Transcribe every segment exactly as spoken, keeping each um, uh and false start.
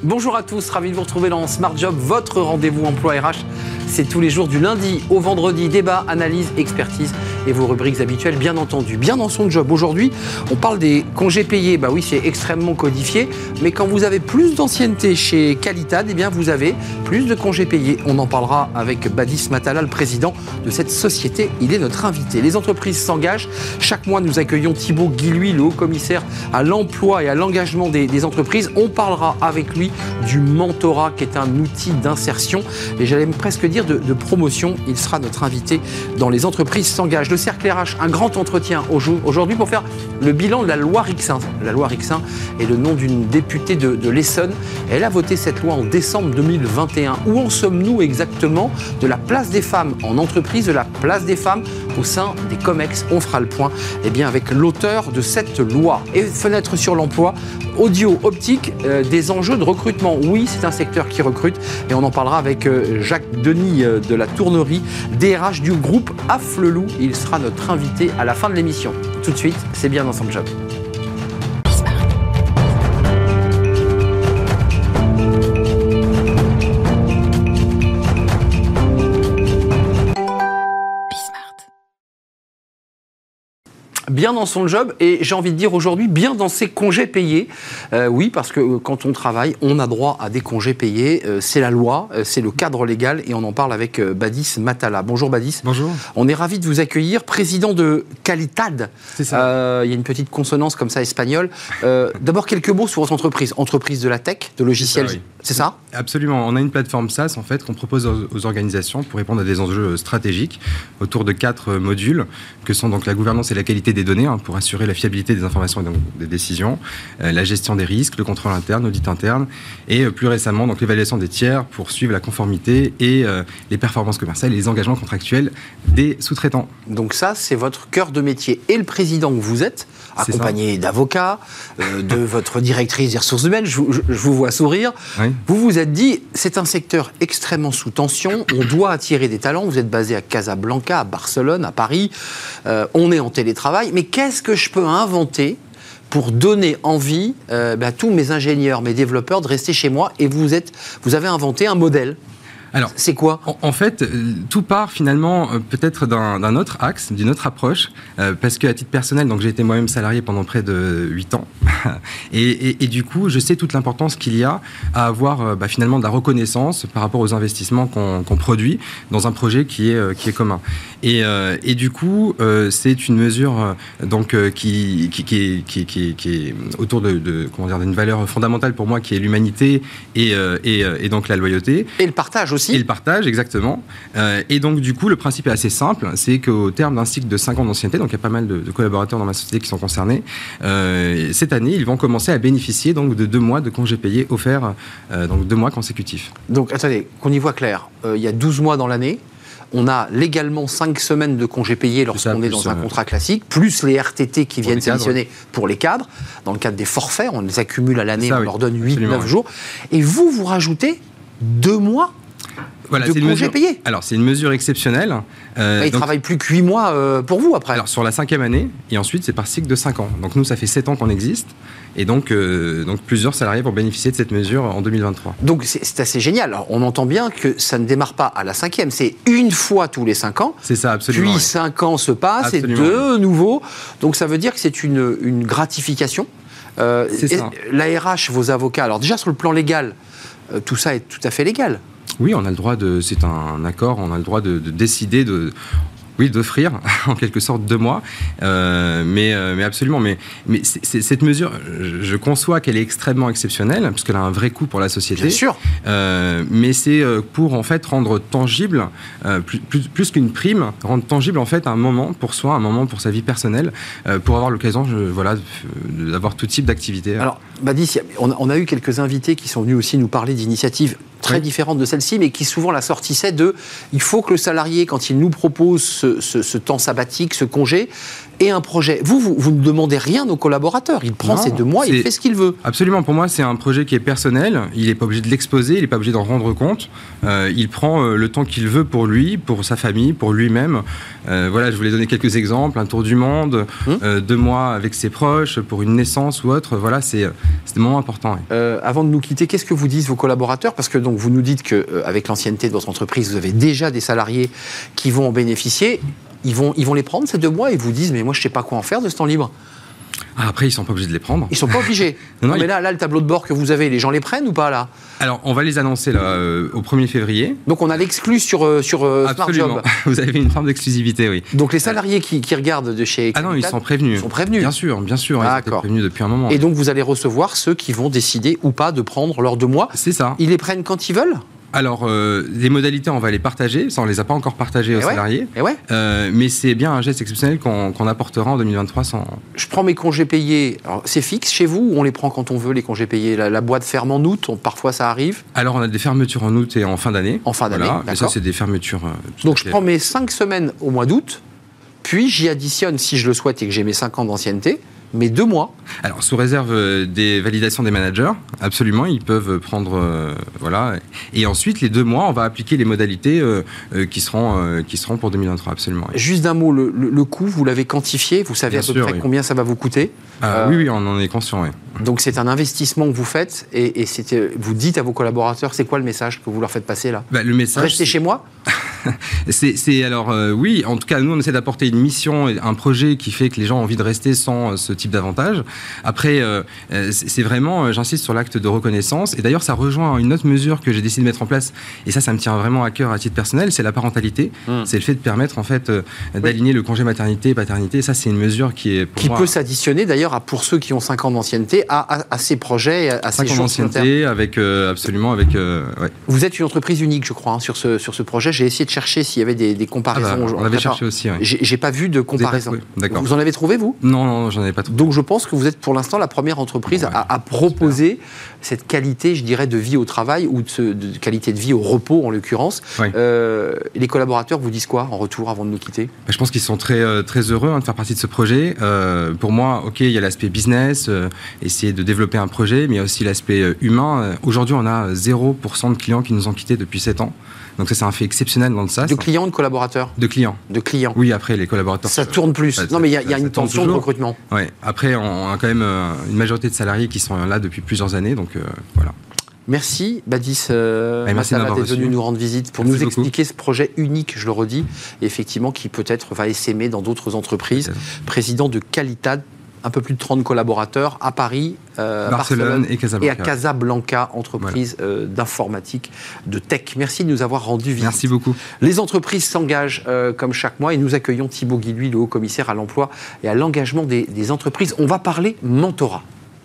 Bonjour à tous, ravi de vous retrouver dans Smart Job, votre rendez-vous emploi R H. C'est tous les jours du lundi au vendredi, débat, analyse, expertise et vos rubriques habituelles, bien entendu. Bien dans son job. Aujourd'hui, on parle des congés payés. Bah oui, c'est extrêmement codifié, mais quand vous avez plus d'ancienneté chez Qualitad, eh bien vous avez plus de congés payés. On en parlera avec Badis Matala, le président de cette société. Il est notre invité. Les entreprises s'engagent. Chaque mois, nous accueillons Thibaut Guilhuy, le haut-commissaire à l'emploi et à l'engagement des, des entreprises. On parlera avec lui du mentorat, qui est un outil d'insertion. Et j'allais presque dire de, de promotion. Il sera notre invité dans Les entreprises s'engagent. Le Cercle R H, un grand entretien aujourd'hui pour faire le bilan de la loi Rixain. La loi Rixain est le nom d'une députée de, de l'Essonne. Elle a voté cette loi en décembre deux mille vingt et un. Où en sommes-nous exactement de la place des femmes en entreprise, de la place des femmes au sein des COMEX? On fera le point eh bien, avec l'auteur de cette loi. Et fenêtre sur l'emploi, audio, optique, euh, des enjeux de recrutement. Oui, c'est un secteur qui recrute et on en parlera avec euh, Jacques Denis euh, de la Tournerie, D R H du groupe Afflelou. Il sera notre invité à la fin de l'émission. Tout de suite, c'est bien dans son job. Bien dans son job et j'ai envie de dire aujourd'hui bien dans ses congés payés. Euh, oui, parce que euh, quand on travaille, on a droit à des congés payés. Euh, c'est la loi, euh, c'est le cadre légal et on en parle avec euh, Badis Matala. Bonjour Badis. Bonjour. On est ravis de vous accueillir, président de Qualitad. C'est ça. Euh, il y a une petite consonance comme ça espagnole. Euh, d'abord quelques mots sur votre entreprise. Entreprise de la tech, de logiciels. C'est ça, oui. C'est ça ? Absolument. On a une plateforme SaaS en fait qu'on propose aux, aux organisations pour répondre à des enjeux stratégiques autour de quatre modules que sont donc la gouvernance et la qualité des données hein, pour assurer la fiabilité des informations et donc des décisions, euh, la gestion des risques, le contrôle interne, l'audit interne et euh, plus récemment donc l'évaluation des tiers pour suivre la conformité et euh, les performances commerciales et les engagements contractuels des sous-traitants. Donc ça, c'est votre cœur de métier. Et le président que vous êtes, accompagné d'avocats, euh, de votre directrice des ressources humaines, je, je, je vous vois sourire, oui. Vous vous êtes dit, c'est un secteur extrêmement sous tension, on doit attirer des talents, vous êtes basé à Casablanca, à Barcelone, à Paris, euh, on est en télétravail, mais qu'est-ce que je peux inventer pour donner envie euh, bah, à tous mes ingénieurs, mes développeurs de rester chez moi? Et vous, êtes, vous avez inventé un modèle. Alors, c'est quoi ? en, en fait, tout part finalement euh, peut-être d'un, d'un autre axe, d'une autre approche, euh, parce qu'à titre personnel, donc j'ai été moi-même salarié pendant près de huit ans, et, et, et du coup, je sais toute l'importance qu'il y a à avoir euh, bah, finalement de la reconnaissance par rapport aux investissements qu'on, qu'on produit dans un projet qui est, euh, qui est commun. Et, euh, et du coup, euh, c'est une mesure euh, donc euh, qui, qui, qui, qui, qui, qui est autour de, de comment dire, d'une valeur fondamentale pour moi, qui est l'humanité et, euh, et, et donc la loyauté. Et le partage aussi. Et le partage, exactement. Euh, et donc, du coup, le principe est assez simple. C'est qu'au terme d'un cycle de cinq ans d'ancienneté, donc il y a pas mal de, de collaborateurs dans ma société qui sont concernés, euh, cette année, ils vont commencer à bénéficier donc, de deux mois de congés payés offerts, euh, donc deux mois consécutifs. Donc, attendez, qu'on y voit clair. Euh, il y a douze mois dans l'année. On a légalement cinq semaines de congés payés lorsqu'on est, est dans un contrat classique, plus les R T T qui viennent s'additionner pour les cadres. Dans le cadre des forfaits, on les accumule à l'année, ça, on oui, leur donne huit neuf oui. jours. Et vous, vous rajoutez deux mois Voilà, de c'est congés mesure, payés. Alors, c'est une mesure exceptionnelle. Euh, bah, ils ne travaillent plus que huit mois euh, pour vous, après. Alors, sur la cinquième année, et ensuite, c'est par cycle de cinq ans. Donc, nous, ça fait sept ans qu'on existe. Et donc, euh, donc, plusieurs salariés vont bénéficier de cette mesure en deux mille vingt-trois. Donc, c'est, c'est assez génial. Alors, on entend bien que ça ne démarre pas à la cinquième. C'est une fois tous les cinq ans. C'est ça, absolument. Puis, oui. cinq ans se passent absolument, et de oui. nouveau. Donc, ça veut dire que c'est une, une gratification. Euh, c'est ça. La R H, vos avocats, alors déjà, sur le plan légal, euh, tout ça est tout à fait légal. Oui, on a le droit de. C'est un accord, on a le droit de, de décider de. Oui, d'offrir en quelque sorte deux mois, euh, mais, euh, mais absolument. Mais, mais c'est, c'est, cette mesure, je, je conçois qu'elle est extrêmement exceptionnelle, puisqu'elle a un vrai coût pour la société. Bien sûr. Euh, mais c'est pour en fait rendre tangible, euh, plus, plus, plus qu'une prime, rendre tangible en fait un moment pour soi, un moment pour sa vie personnelle, euh, pour avoir l'occasion, je, voilà, d'avoir tout type d'activité. Alors, Badis, on a, on a eu quelques invités qui sont venus aussi nous parler d'initiatives très oui. différente de celle-ci, mais qui souvent la sortissait de « il faut que le salarié, quand il nous propose ce, ce, ce temps sabbatique, ce congé, ait un projet ». Vous, vous, vous ne demandez rien aux collaborateurs. Il prend non, ses deux mois, il fait ce qu'il veut. Absolument. Pour moi, c'est un projet qui est personnel. Il n'est pas obligé de l'exposer, il n'est pas obligé d'en rendre compte. Euh, il prend euh, le temps qu'il veut pour lui, pour sa famille, pour lui-même. Euh, voilà, je voulais donner quelques exemples. Un tour du monde, hum. euh, deux mois avec ses proches, pour une naissance ou autre. Voilà, c'est, c'est des moments importants. Oui. Euh, avant de nous quitter, qu'est-ce que vous disent vos collaborateurs ? Parce que donc, vous nous dites qu'avec euh, l'ancienneté de votre entreprise, vous avez déjà des salariés qui vont en bénéficier. Ils vont, ils vont les prendre ces deux mois et vous disent « mais moi, je ne sais pas quoi en faire de ce temps libre ». Ah, après, ils ne sont pas obligés de les prendre. Ils ne sont pas obligés. non, non, non, mais là, là, le tableau de bord que vous avez, les gens les prennent ou pas là ? Alors, on va les annoncer là, euh, au premier février. Donc, on a l'exclu sur, euh, sur euh, Smart Job. Vous avez une forme d'exclusivité, oui. Donc, les salariés qui, qui regardent de chez... Ah non, ils sont prévenus. Ils sont prévenus. Bien sûr, bien sûr. Ils sont prévenus depuis un moment. Et donc, vous allez recevoir ceux qui vont décider ou pas de prendre leurs deux mois. C'est ça. Ils les prennent quand ils veulent ? Alors, euh, les modalités, on va les partager. Ça, on ne les a pas encore partagées aux et ouais, salariés. et ouais. euh, mais c'est bien un geste exceptionnel qu'on, qu'on apportera en deux mille vingt-trois. Sans... Je prends mes congés payés. Alors, c'est fixe chez vous ou on les prend quand on veut, les congés payés ? La, la boîte ferme en août, on, parfois ça arrive. Alors, on a des fermetures en août et en fin d'année. En fin d'année, voilà. d'accord. Mais ça, c'est des fermetures... Euh, Donc, je prends mes cinq semaines au mois d'août, puis j'y additionne, si je le souhaite et que j'ai mes cinq ans d'ancienneté, mais deux mois. Alors, sous réserve des validations des managers, absolument, ils peuvent prendre... Euh, voilà. Et ensuite, les deux mois, on va appliquer les modalités euh, euh, qui, seront, euh, qui seront pour deux mille vingt-trois, absolument. Oui. Juste d'un mot, le, le, le coût, vous l'avez quantifié ? Vous savez Bien à peu sûr, près oui. combien ça va vous coûter ? euh, euh, Oui, oui, on en est conscient, oui. Donc, c'est un investissement que vous faites et, et c'est, vous dites à vos collaborateurs, c'est quoi le message que vous leur faites passer là ? bah, Le message... Restez c'est... chez moi ? c'est, c'est alors euh, oui, en tout cas nous on essaie d'apporter une mission, un projet qui fait que les gens ont envie de rester sans euh, ce type d'avantage. Après euh, c'est, c'est vraiment, euh, j'insiste sur l'acte de reconnaissance et d'ailleurs ça rejoint une autre mesure que j'ai décidé de mettre en place et ça ça me tient vraiment à cœur à titre personnel, c'est la parentalité. Mmh. C'est le fait de permettre en fait euh, d'aligner oui. le congé maternité et paternité. Ça c'est une mesure qui est pour qui moi, peut s'additionner d'ailleurs à pour ceux qui ont cinq ans d'ancienneté à, à, à ces projets, à ces cinq ans d'ancienneté avec euh, absolument avec. Euh, ouais. Vous êtes une entreprise unique, je crois, hein, sur ce sur ce projet. J'ai essayé de chercher s'il y avait des, des comparaisons. Ah bah, on l'avait cherché aussi. Oui. J'ai, j'ai pas vu de comparaison. Vous, D'accord. Vous en avez trouvé, vous ? Non, non, j'en avais pas trouvé. Donc je pense que vous êtes pour l'instant la première entreprise bon, ouais, à, à proposer super. cette qualité, je dirais, de vie au travail ou de, de qualité de vie au repos, en l'occurrence. Oui. Euh, les collaborateurs vous disent quoi en retour avant de nous quitter ? bah, Je pense qu'ils sont très, euh, très heureux hein, de faire partie de ce projet. Euh, pour moi, ok, il y a l'aspect business, euh, essayer de développer un projet, mais il y a aussi l'aspect euh, humain. Aujourd'hui, on a zéro pour cent de clients qui nous ont quittés depuis sept ans. Donc ça, c'est un fait exceptionnel dans le S A S. De clients ou de collaborateurs ? De clients. De clients. Oui, après, les collaborateurs... Ça tourne plus. Ça, non, mais il y a, y a une tension toujours. de recrutement. Oui. Après, on a quand même euh, une majorité de salariés qui sont là depuis plusieurs années, donc euh, voilà. Merci, Badis euh, Massala d'être venu nous rendre visite pour merci nous beaucoup. expliquer ce projet unique, je le redis, et effectivement, qui peut-être va essaimer dans d'autres entreprises. Peut-être. Président de Qualitad, un peu plus de trente collaborateurs à Paris, euh, Barcelone, Barcelone et, Casablanca. et à Casablanca, entreprise voilà. euh, d'informatique, de tech. Merci de nous avoir rendu visite. Merci beaucoup. Les entreprises s'engagent euh, comme chaque mois et nous accueillons Thibaut Guilhuy, le haut-commissaire à l'emploi et à l'engagement des, des entreprises. On va parler mentorat.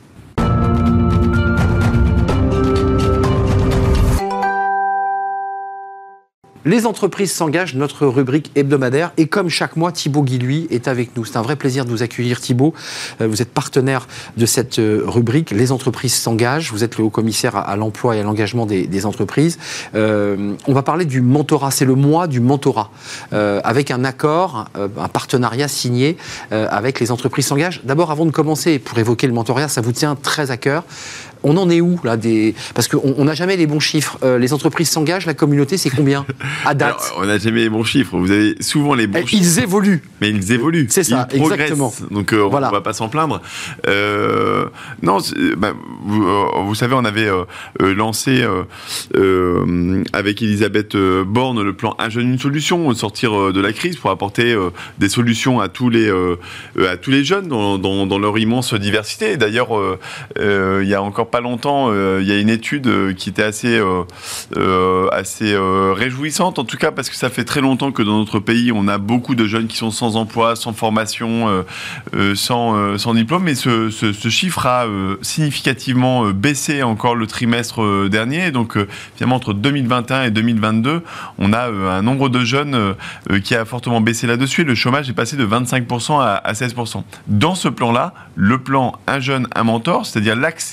Les entreprises s'engagent, notre rubrique hebdomadaire. Et comme chaque mois, Thibaut Guilhuy est avec nous. C'est un vrai plaisir de vous accueillir, Thibaut. Vous êtes partenaire de cette rubrique. Les entreprises s'engagent. Vous êtes le haut-commissaire à l'emploi et à l'engagement des, des entreprises. Euh, on va parler du mentorat. C'est le mois du mentorat. Euh, avec un accord, euh, un partenariat signé euh, avec les entreprises s'engagent. D'abord, avant de commencer, pour évoquer le mentorat, ça vous tient très à cœur. On en est où là des... Parce qu'on n'a jamais les bons chiffres. Euh, les entreprises s'engagent, la communauté, c'est combien à date? Alors, on n'a jamais les bons chiffres. Vous avez souvent les bons ils chiffres. Ils évoluent. Mais ils évoluent. C'est ça, ils exactement. Donc euh, voilà. on ne va pas s'en plaindre. Euh, non, bah, vous, euh, vous savez, on avait euh, lancé euh, euh, avec Elisabeth Borne le plan Un jeune, une solution, sortir de la crise pour apporter euh, des solutions à tous les, euh, à tous les jeunes dans, dans, dans leur immense diversité. D'ailleurs, euh, euh, il y a encore pas longtemps, euh, il y a une étude euh, qui était assez, euh, euh, assez euh, réjouissante, en tout cas parce que ça fait très longtemps que dans notre pays, on a beaucoup de jeunes qui sont sans emploi, sans formation, euh, euh, sans, euh, sans diplôme, mais ce, ce, ce chiffre a euh, significativement euh, baissé encore le trimestre euh, dernier. Donc, euh, finalement, entre deux mille vingt et un et deux mille vingt-deux, on a euh, un nombre de jeunes euh, qui a fortement baissé là-dessus. Et le chômage est passé de vingt-cinq pour cent à, à seize pour cent. Dans ce plan-là, le plan Un jeune, un mentor, c'est-à-dire l'accès au mentorat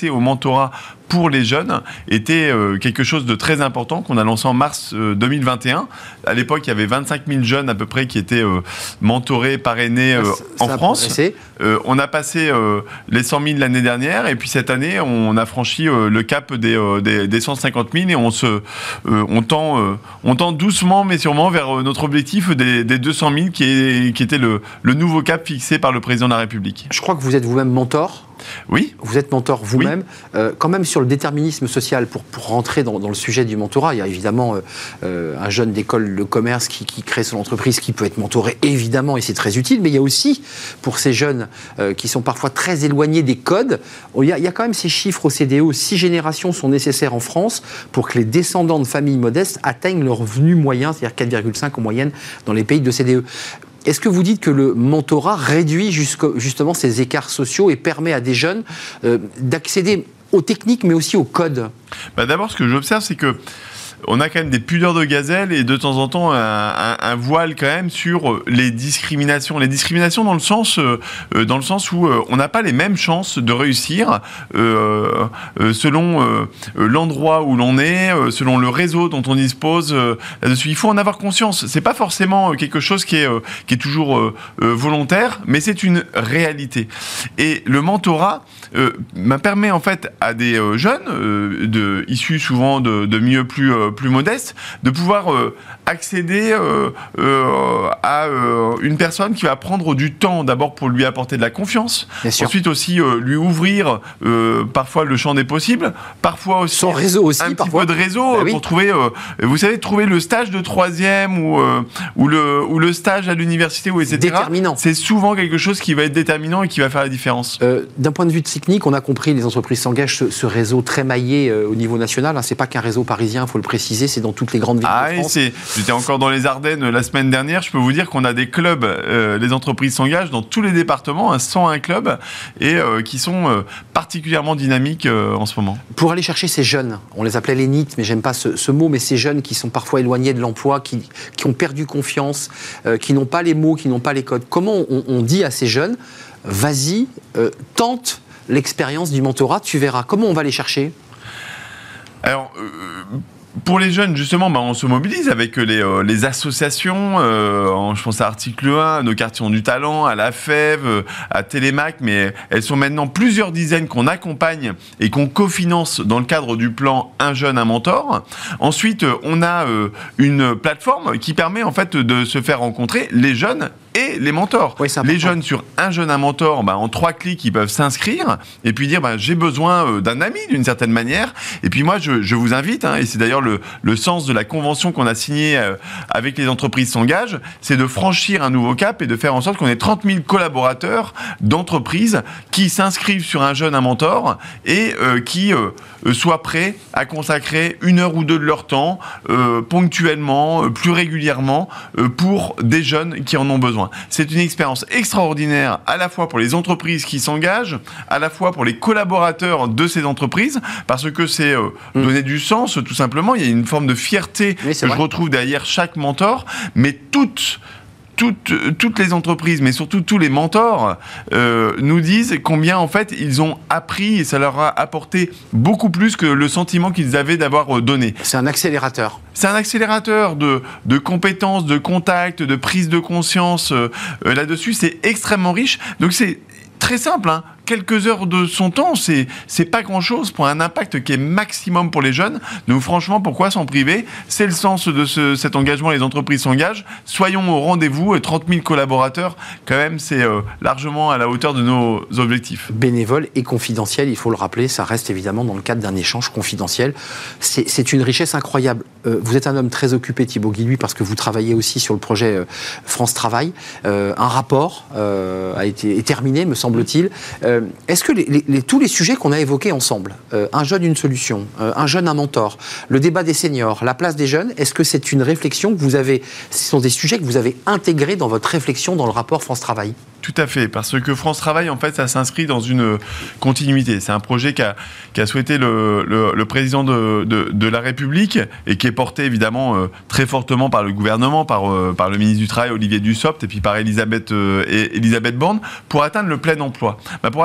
mentorat pour les jeunes était euh, quelque chose de très important qu'on a lancé en mars euh, deux mille vingt et un. À l'époque, il y avait vingt-cinq mille jeunes à peu près qui étaient euh, mentorés, parrainés euh, ça, en ça France. Euh, on a passé euh, les cent mille l'année dernière et puis cette année, on a franchi euh, le cap des, euh, des, des cent cinquante mille et on, se, euh, on, tend, euh, on tend doucement mais sûrement vers euh, notre objectif des, des deux cent mille qui, est, qui était le, le nouveau cap fixé par le président de la République. Je crois que vous êtes vous-même mentor. Oui. Vous êtes mentor vous-même. Oui. Euh, quand même sur le déterminisme social, pour, pour rentrer dans, dans le sujet du mentorat, il y a évidemment euh, euh, un jeune d'école de commerce qui, qui crée son entreprise qui peut être mentoré, évidemment, et c'est très utile, mais il y a aussi, pour ces jeunes euh, qui sont parfois très éloignés des codes, il y, a, il y a quand même ces chiffres au C D O, six générations sont nécessaires en France pour que les descendants de familles modestes atteignent leur revenu moyen, c'est-à-dire quatre virgule cinq en moyenne dans les pays de C D E. Est-ce que vous dites que le mentorat réduit justement ces écarts sociaux et permet à des jeunes euh, d'accéder aux techniques mais aussi aux codes ? Bah d'abord, ce que j'observe, c'est que on a quand même des pudeurs de gazelle et de temps en temps un, un, un voile quand même sur les discriminations. Les discriminations dans le sens, euh, dans le sens où euh, on n'a pas les mêmes chances de réussir euh, euh, selon euh, l'endroit où l'on est, euh, selon le réseau dont on dispose euh, là-dessus. Il faut en avoir conscience. C'est pas forcément quelque chose qui est, euh, qui est toujours euh, euh, volontaire, mais c'est une réalité. Et le mentorat euh, permet en fait à des euh, jeunes euh, de, issus souvent de, de milieux plus euh, plus modeste, de pouvoir euh, accéder euh, euh, à euh, une personne qui va prendre du temps d'abord pour lui apporter de la confiance, ensuite aussi euh, lui ouvrir euh, parfois le champ des possibles, parfois aussi son réseau aussi, un parfois. petit peu de réseau bah euh, oui. pour trouver, euh, vous savez, trouver le stage de troisième ou, euh, ou, le, ou le stage à l'université ou et cetera. Déterminant. C'est souvent quelque chose qui va être déterminant et qui va faire la différence. Euh, d'un point de vue technique, on a compris, les entreprises s'engagent, ce, ce réseau très maillé euh, au niveau national, hein, c'est pas qu'un réseau parisien, il faut le préciser, c'est dans toutes les grandes villes ah, de France. C'est, j'étais encore dans les Ardennes la semaine dernière, je peux vous dire qu'on a des clubs, euh, les entreprises s'engagent dans tous les départements, hein, cent un clubs, et euh, qui sont euh, particulièrement dynamiques euh, en ce moment. Pour aller chercher ces jeunes, on les appelait les N I T, mais j'aime pas ce, ce mot, mais ces jeunes qui sont parfois éloignés de l'emploi, qui, qui ont perdu confiance, euh, qui n'ont pas les mots, qui n'ont pas les codes. Comment on, on dit à ces jeunes, vas-y, euh, tente l'expérience du mentorat, tu verras. Comment on va les chercher ? Alors, euh, pour les jeunes, justement, bah, on se mobilise avec les, euh, les associations. Euh, en, je pense à Article un, à nos quartiers ont du talent, à la F E V, à Télémac, mais elles sont maintenant plusieurs dizaines qu'on accompagne et qu'on cofinance dans le cadre du plan Un jeune, un mentor. Ensuite, on a euh, une plateforme qui permet en fait de se faire rencontrer les jeunes et les mentors. Oui, les jeunes sur Un jeune, un mentor, bah, en trois clics, ils peuvent s'inscrire et puis dire bah, j'ai besoin euh, d'un ami d'une certaine manière. Et puis moi, je, je vous invite, hein, et c'est d'ailleurs le, le sens de la convention qu'on a signée euh, avec les entreprises s'engagent, c'est de franchir un nouveau cap et de faire en sorte qu'on ait trente mille collaborateurs d'entreprises qui s'inscrivent sur Un jeune, un mentor et euh, qui euh, soient prêts à consacrer une heure ou deux de leur temps euh, ponctuellement, euh, plus régulièrement euh, pour des jeunes qui en ont besoin. C'est une expérience extraordinaire à la fois pour les entreprises qui s'engagent, à la fois pour les collaborateurs de ces entreprises, parce que c'est euh, mmh. donner du sens tout simplement. Il y a une forme de fierté oui, que vrai. je retrouve derrière chaque mentor, mais toutes Toutes, toutes les entreprises, mais surtout tous les mentors, euh, nous disent combien en fait ils ont appris et ça leur a apporté beaucoup plus que le sentiment qu'ils avaient d'avoir donné. C'est un accélérateur. C'est un accélérateur de, de compétences, de contacts, de prise de conscience euh, là-dessus. C'est extrêmement riche. Donc c'est très simple, hein. Quelques heures de son temps, c'est, c'est pas grand-chose pour un impact qui est maximum pour les jeunes. Donc franchement, pourquoi s'en priver ? C'est le sens de ce, cet engagement, les entreprises s'engagent. Soyons au rendez-vous, trente mille collaborateurs, quand même, c'est euh, largement à la hauteur de nos objectifs. Bénévole et confidentiel, il faut le rappeler, ça reste évidemment dans le cadre d'un échange confidentiel. C'est, c'est une richesse incroyable. Euh, vous êtes un homme très occupé, Thibaut Guilluy, parce que vous travaillez aussi sur le projet euh, France Travail. Euh, un rapport euh, a été est terminé, me semble-t-il. Euh, Est-ce que les, les, tous les sujets qu'on a évoqués ensemble, euh, un jeune, une solution, euh, un jeune, un mentor, le débat des seniors, la place des jeunes, est-ce que c'est une réflexion que vous avez, ce sont des sujets que vous avez intégrés dans votre réflexion dans le rapport France Travail ? Tout à fait, parce que France Travail, en fait, ça s'inscrit dans une continuité. C'est un projet qu'a, qu'a souhaité le, le, le président de, de, de la République et qui est porté évidemment euh, très fortement par le gouvernement, par, euh, par le ministre du Travail, Olivier Dussopt, et puis par Elisabeth, euh, et Elisabeth Borne, pour atteindre le plein emploi. Bah, pour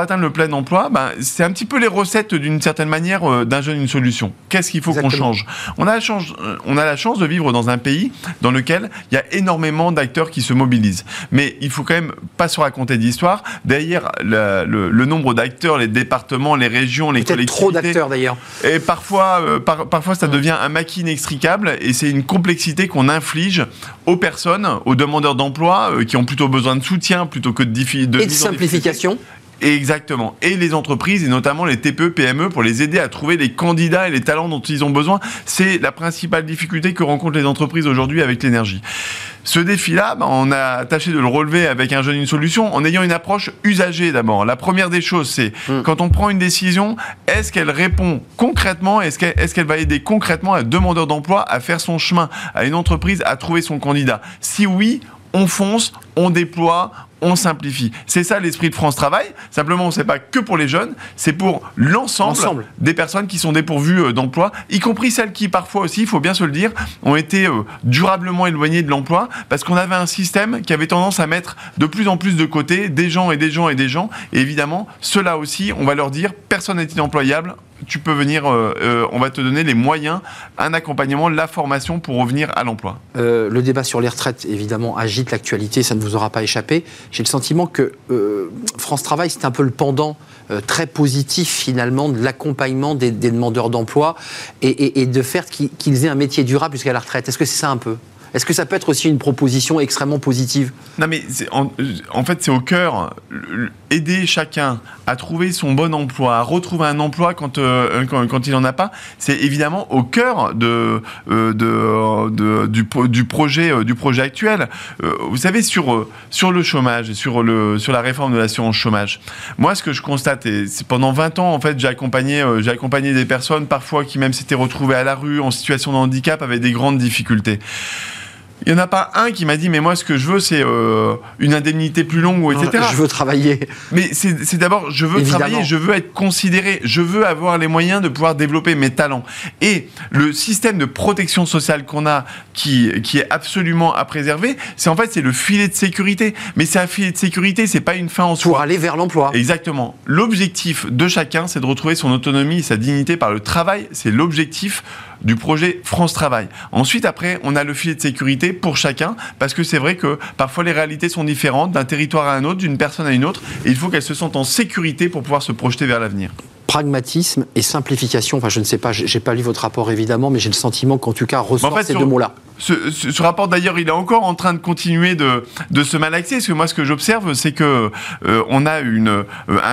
atteindre le plein emploi, ben, c'est un petit peu les recettes d'une certaine manière euh, d'un jeune, une solution. Qu'est-ce qu'il faut qu'on change ? On a, la chance, on a la chance de vivre dans un pays dans lequel il y a énormément d'acteurs qui se mobilisent. Mais il faut quand même pas se raconter d'histoire. Derrière le, le, le nombre d'acteurs, les départements, les régions, les Peut-être collectivités... trop d'acteurs d'ailleurs. Et parfois, euh, par, parfois ça devient un maquis inextricable et c'est une complexité qu'on inflige aux personnes, aux demandeurs d'emploi euh, qui ont plutôt besoin de soutien plutôt que de, diffi- de Et de simplification. Exactement. Et les entreprises, et notamment les T P E, P M E, pour les aider à trouver les candidats et les talents dont ils ont besoin. C'est la principale difficulté que rencontrent les entreprises aujourd'hui avec l'énergie. Ce défi-là, ben, on a tâché de le relever avec un jeune, une solution, en ayant une approche usagée d'abord. La première des choses, c'est mmh. quand on prend une décision, est-ce qu'elle répond concrètement, est-ce qu'elle, est-ce qu'elle va aider concrètement un demandeur d'emploi à faire son chemin, à une entreprise à trouver son candidat ? Si oui, on fonce, on déploie, on simplifie. C'est ça l'esprit de France Travail. Simplement, c'est pas que pour les jeunes, c'est pour l'ensemble, l'ensemble des personnes qui sont dépourvues d'emploi, y compris celles qui, parfois aussi, il faut bien se le dire, ont été euh, durablement éloignées de l'emploi parce qu'on avait un système qui avait tendance à mettre de plus en plus de côté des gens et des gens et des gens. Et évidemment, ceux-là aussi, on va leur dire, personne n'est inemployable. Tu peux venir, euh, euh, on va te donner les moyens, un accompagnement, la formation pour revenir à l'emploi. Euh, le débat sur les retraites, évidemment, agite l'actualité, ça ne vous aura pas échappé. J'ai le sentiment que euh, France Travail, c'est un peu le pendant euh, très positif, finalement, de l'accompagnement des, des demandeurs d'emploi et, et, et de faire qu'ils, qu'ils aient un métier durable jusqu'à la retraite. Est-ce que c'est ça un peu ? Est-ce que ça peut être aussi une proposition extrêmement positive ? Non, mais c'est, en, en fait, c'est au cœur. Aider chacun à trouver son bon emploi, à retrouver un emploi quand, euh, quand, quand il n'en a pas, c'est évidemment au cœur de, euh, de, de, du, du, projet, euh, du projet actuel. Euh, vous savez, sur, euh, sur le chômage et sur, le, sur la réforme de l'assurance chômage, moi, ce que je constate, et c'est pendant vingt ans, en fait, j'ai accompagné, euh, j'ai accompagné des personnes, parfois, qui même s'étaient retrouvées à la rue, en situation de handicap, avec des grandes difficultés. Il n'y en a pas un qui m'a dit, mais moi, ce que je veux, c'est euh, une indemnité plus longue, ou et cetera. Je veux travailler. Mais c'est, c'est d'abord, je veux Évidemment. travailler, je veux être considéré, je veux avoir les moyens de pouvoir développer mes talents. Et le système de protection sociale qu'on a, qui, qui est absolument à préserver, c'est en fait, c'est le filet de sécurité. Mais c'est un filet de sécurité, c'est pas une fin en soi. Pour aller vers l'emploi. Exactement. L'objectif de chacun, c'est de retrouver son autonomie et sa dignité par le travail. C'est l'objectif du projet France Travail. Ensuite, après, on a le filet de sécurité pour chacun, parce que c'est vrai que parfois les réalités sont différentes d'un territoire à un autre, d'une personne à une autre, et il faut qu'elle se sente en sécurité pour pouvoir se projeter vers l'avenir. Pragmatisme et simplification, enfin je ne sais pas, j'ai pas lu votre rapport évidemment, mais j'ai le sentiment qu'en tout cas ressort en fait, ces sur, deux mots-là. Ce, ce, ce rapport d'ailleurs, il est encore en train de continuer de, de se malaxer, parce que moi ce que j'observe, c'est que euh, on a une, euh,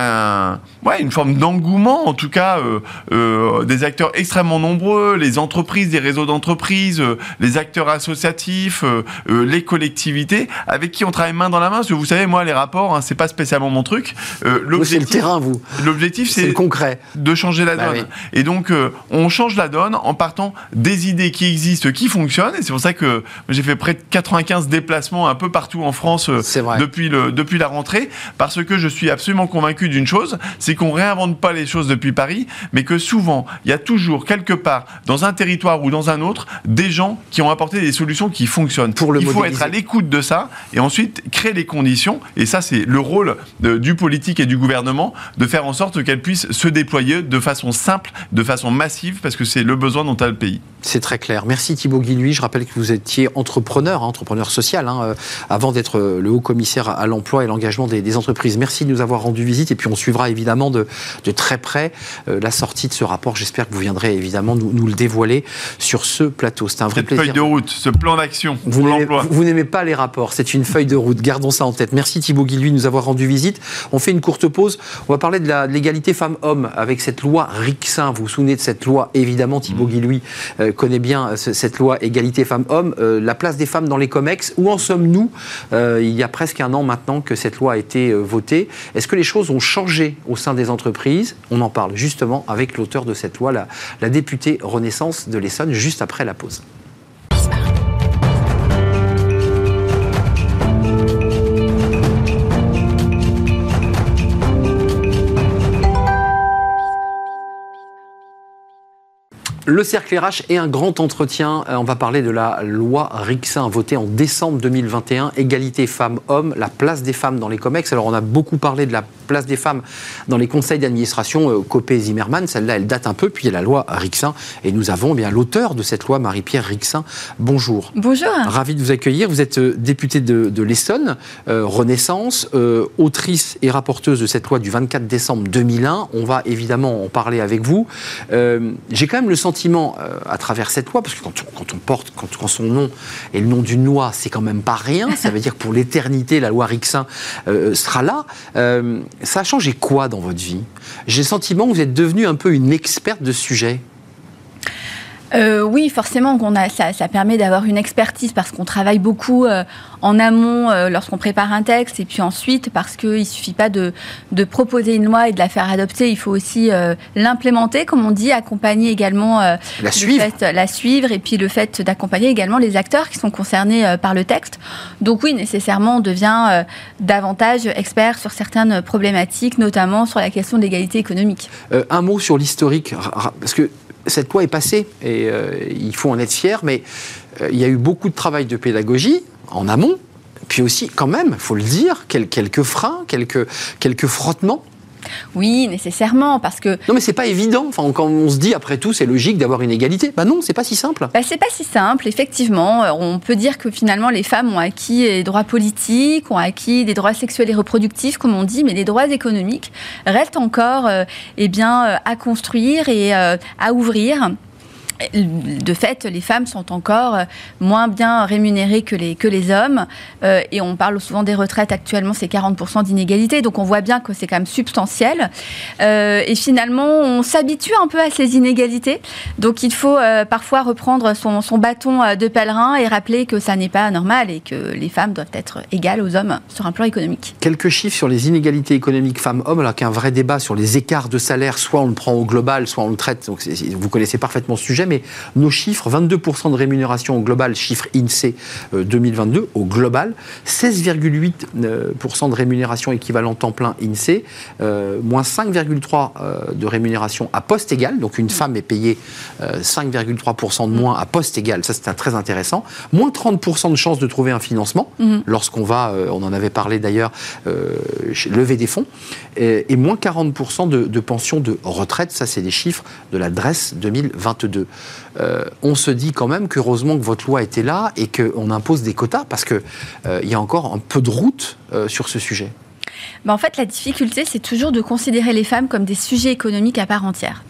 un, ouais, une forme d'engouement, en tout cas euh, euh, des acteurs extrêmement nombreux, les entreprises, des réseaux d'entreprises, euh, les acteurs associatifs, euh, euh, les collectivités, avec qui on travaille main dans la main, parce que vous savez, moi les rapports, hein, c'est pas spécialement mon truc. Euh, l'objectif, c'est le terrain, vous. L'objectif, c'est, c'est le concret. De changer la bah donne. Oui. Et donc, euh, on change la donne en partant des idées qui existent, qui fonctionnent. Et c'est pour ça que j'ai fait près de quatre-vingt-quinze déplacements un peu partout en France euh, depuis, le, depuis la rentrée, parce que je suis absolument convaincu d'une chose, c'est qu'on réinvente pas les choses depuis Paris, mais que souvent, il y a toujours quelque part, dans un territoire ou dans un autre, des gens qui ont apporté des solutions qui fonctionnent. Pour le il faut modéliser. être à l'écoute de ça et ensuite créer les conditions. Et ça, c'est le rôle de, du politique et du gouvernement, de faire en sorte qu'elles puissent se déployer de façon simple, de façon massive, parce que c'est le besoin dont a le pays. C'est très clair. Merci Thibaut Guilhuy. Je rappelle que vous étiez entrepreneur, hein, entrepreneur social, hein, euh, avant d'être euh, le haut commissaire à l'emploi et l'engagement des, des entreprises. Merci de nous avoir rendu visite et puis on suivra évidemment de, de très près euh, la sortie de ce rapport. J'espère que vous viendrez évidemment nous, nous le dévoiler sur ce plateau. C'est un vrai Cette plaisir. Cette feuille de route, ce plan d'action vous pour n'aimez, l'emploi. Vous, vous n'aimez pas les rapports, c'est une feuille de route. Gardons ça en tête. Merci Thibaut Guilhuy de nous avoir rendu visite. On fait une courte pause. On va parler de, la, de l'égalité femmes-hommes avec cette loi Rixain. Vous vous souvenez de cette loi, évidemment, Thibaut mmh. Guilhuy euh, connaît bien ce, cette loi égalité femmes-hommes. Euh, la place des femmes dans les comex, où en sommes-nous euh, il y a presque un an maintenant que cette loi a été euh, votée. Est-ce que les choses ont changé au sein des entreprises ? On en parle justement avec l'auteur de cette loi, la, la députée Renaissance de l'Essonne, juste après la pause. Le cercle R H et un grand entretien. On va parler de la loi Rixain votée en décembre deux mille vingt et un. Égalité femmes-hommes, la place des femmes dans les COMEX. Alors on a beaucoup parlé de la place des femmes dans les conseils d'administration, euh, Copé-Zimmermann. Celle-là, elle date un peu. Puis il y a la loi Rixain. Et nous avons eh bien l'auteur de cette loi, Marie-Pierre Rixain. Bonjour. Bonjour. Ravi de vous accueillir. Vous êtes euh, députée de, de l'Essonne, euh, Renaissance, euh, autrice et rapporteuse de cette loi du vingt-quatre décembre deux mille un. On va évidemment en parler avec vous. Euh, j'ai quand même le sentiment, euh, à travers cette loi, parce que quand on, quand on porte, quand, quand son nom est le nom d'une loi, c'est quand même pas rien. Ça veut dire que pour l'éternité, la loi Rixain euh, sera là. Euh, ça a changé quoi dans votre vie? J'ai le sentiment que vous êtes devenue un peu une experte de ce sujet. Euh, oui, forcément, qu'on a, ça, ça permet d'avoir une expertise parce qu'on travaille beaucoup euh, en amont euh, lorsqu'on prépare un texte, et puis ensuite parce qu'il ne suffit pas de, de proposer une loi et de la faire adopter, il faut aussi euh, l'implémenter, comme on dit, accompagner également euh, la, suivre. Fait, la suivre, et puis le fait d'accompagner également les acteurs qui sont concernés euh, par le texte. Donc oui, nécessairement, on devient euh, davantage expert sur certaines problématiques, notamment sur la question de l'égalité économique. Euh, un mot sur l'historique, parce que cette loi est passée et euh, il faut en être fier, mais euh, il y a eu beaucoup de travail de pédagogie en amont, puis aussi, quand même, il faut le dire, quelques freins, quelques, quelques frottements. Oui, nécessairement, parce que... Non, mais c'est pas évident. Enfin, quand on se dit, après tout, c'est logique d'avoir une égalité. Bah non, c'est pas si simple. Bah, c'est pas si simple, effectivement. On peut dire que finalement, les femmes ont acquis des droits politiques, ont acquis des droits sexuels et reproductifs, comme on dit, mais les droits économiques restent encore euh, eh bien, à construire et euh, à ouvrir. De fait, les femmes sont encore moins bien rémunérées que les, que les hommes. Euh, et on parle souvent des retraites. Actuellement, c'est quarante pour cent d'inégalité. Donc, on voit bien que c'est quand même substantiel. Euh, et finalement, on s'habitue un peu à ces inégalités. Donc, il faut euh, parfois reprendre son, son bâton de pèlerin et rappeler que ça n'est pas normal et que les femmes doivent être égales aux hommes sur un plan économique. Quelques chiffres sur les inégalités économiques femmes-hommes, alors qu'il y a un vrai débat sur les écarts de salaire. Soit on le prend au global, soit on le traite. Donc, vous connaissez parfaitement ce sujet. Mais nos chiffres, vingt-deux pour cent de rémunération au global, chiffre INSEE euh, deux mille vingt-deux, au global, seize virgule huit pour cent de rémunération équivalent temps plein INSEE, euh, moins cinq virgule trois pour cent euh, de rémunération à poste égal, donc une femme est payée euh, cinq virgule trois pour cent de moins à poste égal, ça c'est très intéressant, moins trente pour cent de chances de trouver un financement, mmh. lorsqu'on va, euh, on en avait parlé d'ailleurs, euh, lever des fonds, et, et moins quarante pour cent de, de pensions de retraite, ça c'est des chiffres de la D R E S deux mille vingt-deux. Euh, on se dit quand même qu'heureusement que votre loi était là et qu'on impose des quotas parce qu'il euh, y a encore un peu de route euh, sur ce sujet. Ben en fait, la difficulté, c'est toujours de considérer les femmes comme des sujets économiques à part entière.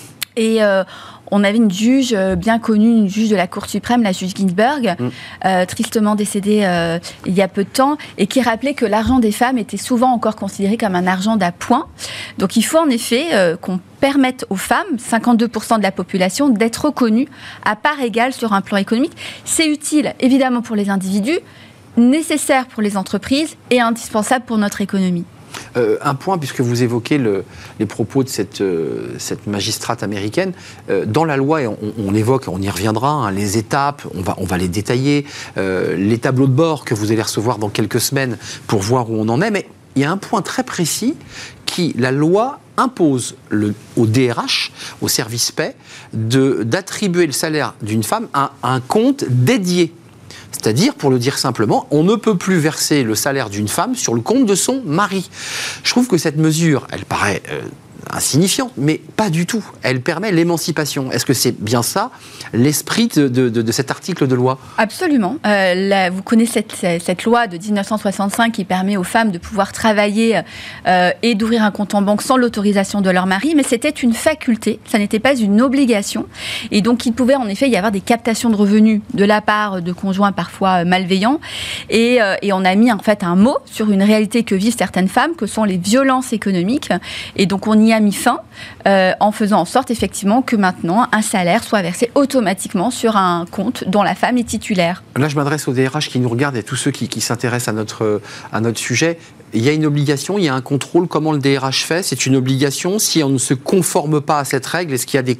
Et euh, on avait une juge bien connue, une juge de la Cour suprême, la juge Ginsburg, mmh. euh, tristement décédée euh, il y a peu de temps, et qui rappelait que l'argent des femmes était souvent encore considéré comme un argent d'appoint. Donc il faut en effet euh, qu'on permette aux femmes, cinquante-deux pour cent de la population, d'être reconnues à part égale sur un plan économique. C'est utile, évidemment, pour les individus, nécessaire pour les entreprises et indispensable pour notre économie. Euh, un point, puisque vous évoquez le, les propos de cette, euh, cette magistrate américaine, euh, dans la loi, on, on évoque, on y reviendra, hein, les étapes, on va, on va les détailler, euh, les tableaux de bord que vous allez recevoir dans quelques semaines pour voir où on en est, mais il y a un point très précis qui, la loi impose le, au D R H, au service paie, de, d'attribuer le salaire d'une femme à un compte dédié. C'est-à-dire, pour le dire simplement, on ne peut plus verser le salaire d'une femme sur le compte de son mari. Je trouve que cette mesure, elle paraît euh, insignifiante, mais pas du tout. Elle permet l'émancipation. Est-ce que c'est bien ça, l'esprit de, de, de cet article de loi ? Absolument. Euh, la, vous connaissez cette, cette loi de dix-neuf cent soixante-cinq qui permet aux femmes de pouvoir travailler euh, et d'ouvrir un compte en banque sans l'autorisation de leur mari, mais c'était une faculté, ça n'était pas une obligation. Et donc, il pouvait en effet y avoir des captations de revenus de la part de conjoints parfois malveillants. Et, euh, et on a mis en fait un mot sur une réalité que vivent certaines femmes, que sont les violences économiques. Et donc, on y a mis fin euh, en faisant en sorte effectivement que maintenant un salaire soit versé automatiquement sur un compte dont la femme est titulaire. Là, je m'adresse aux D R H qui nous regardent et à tous ceux qui, qui s'intéressent à notre, à notre sujet. Il y a une obligation, il y a un contrôle. Comment le D R H fait ? C'est une obligation. Si on ne se conforme pas à cette règle, est-ce qu'il y a des contrôles ?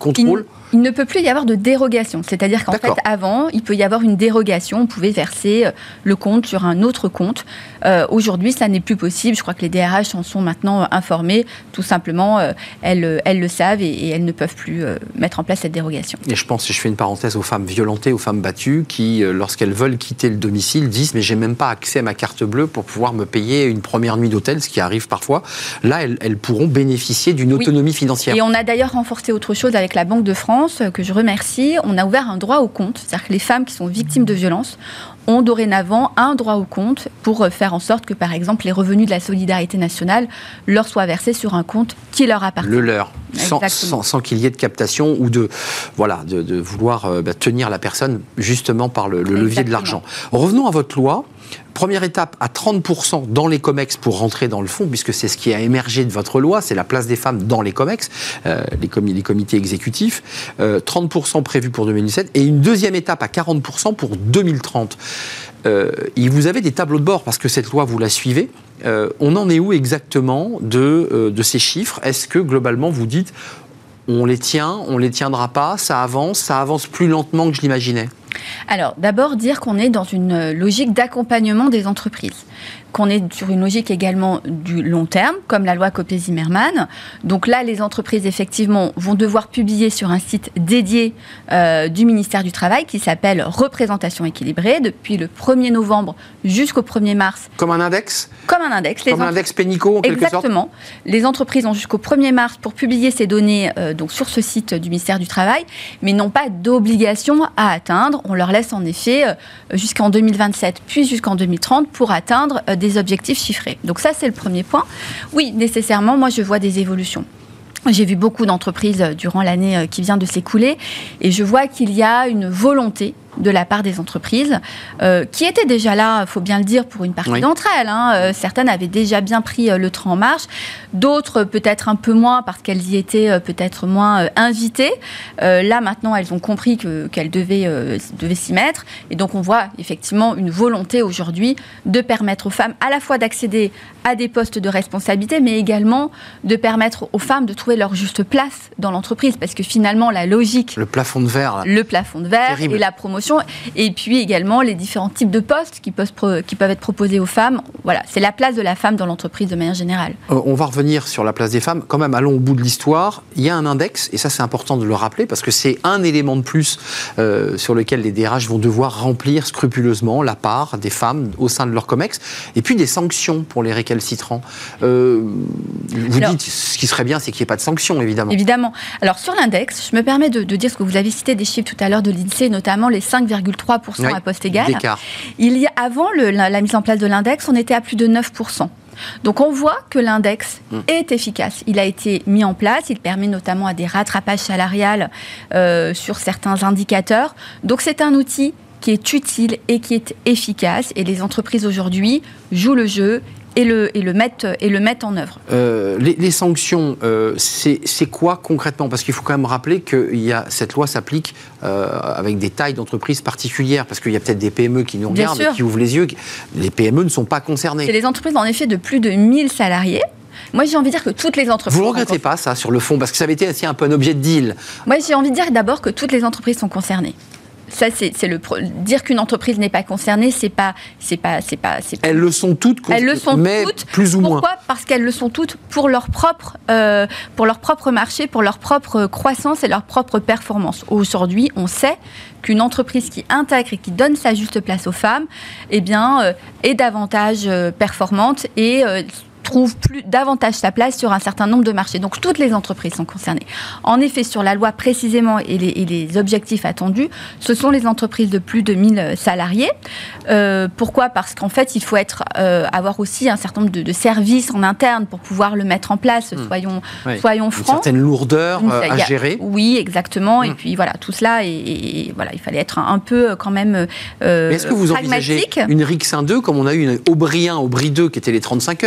Il ne peut plus y avoir de dérogation. C'est-à-dire qu'en D'accord. fait, avant, il peut y avoir une dérogation. On pouvait verser le compte sur un autre compte. Euh, aujourd'hui, ça n'est plus possible. Je crois que les D R H en sont maintenant informés. Tout simplement, euh, elles, elles le savent et, et elles ne peuvent plus euh, mettre en place cette dérogation. Et je pense, si je fais une parenthèse, aux femmes violentées, aux femmes battues, qui, euh, lorsqu'elles veulent quitter le domicile, disent « mais j'ai même pas accès à ma carte bleue pour pouvoir me payer une première nuit d'hôtel », ce qui arrive parfois. Là, elles, elles pourront bénéficier d'une autonomie oui. financière. Et on a d'ailleurs renforcé autre chose avec la Banque de France, que je remercie. On a ouvert un droit au compte. C'est-à-dire que les femmes qui sont victimes de violences ont dorénavant un droit au compte pour faire en sorte que, par exemple, les revenus de la solidarité nationale leur soient versés sur un compte qui leur appartient. Le leur, sans, sans, sans qu'il y ait de captation ou de, voilà, de, de vouloir euh, bah, tenir la personne justement par le, le levier de l'argent. Revenons à votre loi. Première étape, à trente pour cent dans les COMEX pour rentrer dans le fond, puisque c'est ce qui a émergé de votre loi, c'est la place des femmes dans les COMEX, euh, les, comi- les comités exécutifs, euh, trente pour cent prévus pour deux mille dix-sept, et une deuxième étape à quarante pour cent pour deux mille trente. Euh, et vous avez des tableaux de bord, parce que cette loi, vous la suivez. Euh, on en est où exactement de, euh, de ces chiffres ? Est-ce que globalement, vous dites, on les tient, on les tiendra pas, ça avance, ça avance plus lentement que je l'imaginais ? Alors, d'abord, dire qu'on est dans une logique d'accompagnement des entreprises, qu'on est sur une logique également du long terme, comme la loi Copé-Zimmermann. Donc là, les entreprises, effectivement, vont devoir publier sur un site dédié euh, du ministère du Travail qui s'appelle Représentation équilibrée, depuis le premier novembre jusqu'au premier mars. Comme un index ? Comme un index. Comme un index Pénicaud, en quelque sorte ? Exactement. Les entreprises ont jusqu'au premier mars pour publier ces données euh, donc sur ce site du ministère du Travail, mais n'ont pas d'obligation à atteindre. On leur laisse en effet euh, jusqu'en deux mille vingt-sept, puis jusqu'en deux mille trente pour atteindre euh, des objectifs chiffrés. Donc ça, c'est le premier point. Oui, nécessairement, moi, je vois des évolutions. J'ai vu beaucoup d'entreprises durant l'année qui vient de s'écouler et je vois qu'il y a une volonté de la part des entreprises, euh, qui étaient déjà là, il faut bien le dire, pour une partie oui. d'entre elles. Hein. Euh, certaines avaient déjà bien pris euh, le train en marche, d'autres peut-être un peu moins, parce qu'elles y étaient euh, peut-être moins euh, invitées. Euh, là, maintenant, elles ont compris que, qu'elles devaient, euh, devaient s'y mettre. Et donc, on voit effectivement une volonté aujourd'hui de permettre aux femmes à la fois d'accéder à des postes de responsabilité, mais également de permettre aux femmes de trouver leur juste place dans l'entreprise. Parce que finalement, la logique... Le plafond de verre. Là. Le plafond de verre Terrible. Et la promotion. Et puis également les différents types de postes qui peuvent, pro- qui peuvent être proposés aux femmes. Voilà, c'est la place de la femme dans l'entreprise de manière générale. Euh, on va revenir sur la place des femmes. Quand même, allons au bout de l'histoire. Il y a un index, et ça c'est important de le rappeler, parce que c'est un élément de plus euh, sur lequel les D R H vont devoir remplir scrupuleusement la part des femmes au sein de leur COMEX, et puis des sanctions pour les récalcitrants. Euh, vous Alors, dites, ce qui serait bien, c'est qu'il n'y ait pas de sanctions, évidemment. Évidemment. Alors sur l'index, je me permets de, de dire ce que vous avez cité des chiffres tout à l'heure de l'INSEE, notamment les cinq virgule trois pour cent oui, à poste égal. D'écart. Il y a, avant le, la, la mise en place de l'index, on était à plus de neuf pour cent. Donc on voit que l'index mmh. est efficace. Il a été mis en place, il permet notamment à des rattrapages salariales euh, sur certains indicateurs. Donc c'est un outil qui est utile et qui est efficace. Et les entreprises aujourd'hui jouent le jeu et le, et le, mettent, et le mettent en œuvre. Euh, les, les sanctions, euh, c'est, c'est quoi concrètement ? Parce qu'il faut quand même rappeler que y a, cette loi s'applique euh, avec des tailles d'entreprises particulières, parce qu'il y a peut-être des P M E qui nous regardent, qui ouvrent les yeux. Les P M E ne sont pas concernées. C'est les entreprises en effet de plus de mille salariés. Moi, j'ai envie de dire que toutes les entreprises... Vous ne regrettez pas ça, sur le fond, parce que ça avait été aussi un peu un objet de deal. Moi, j'ai envie de dire d'abord que toutes les entreprises sont concernées. Ça, c'est, c'est le pro... dire qu'une entreprise n'est pas concernée, c'est pas, c'est pas, c'est pas, c'est pas... Elles le sont toutes, elles le sont mais toutes, plus ou moins. Pourquoi ? Parce qu'elles le sont toutes pour leur propre, euh, pour leur propre marché, pour leur propre croissance et leur propre performance. Aujourd'hui, on sait qu'une entreprise qui intègre et qui donne sa juste place aux femmes, eh bien, euh, est davantage euh, performante et euh, trouve plus, davantage sa place sur un certain nombre de marchés. Donc, toutes les entreprises sont concernées. En effet, sur la loi précisément et les, et les objectifs attendus, ce sont les entreprises de plus de mille salariés. Euh, pourquoi ? Parce qu'en fait, il faut être, euh, avoir aussi un certain nombre de, de services en interne pour pouvoir le mettre en place. Mmh. Soyons, oui. soyons francs. Une certaine lourdeur Une, euh, à a, gérer. Oui, exactement. Mmh. Et puis, voilà, tout cela, et, et, et voilà, il fallait être un, un peu quand même euh, Mais est-ce que vous pragmatique. envisagez une R I C un deux, comme on a eu une Aubrien, Aubry deux, qui étaient les trente-cinq heures, qui étaient des lois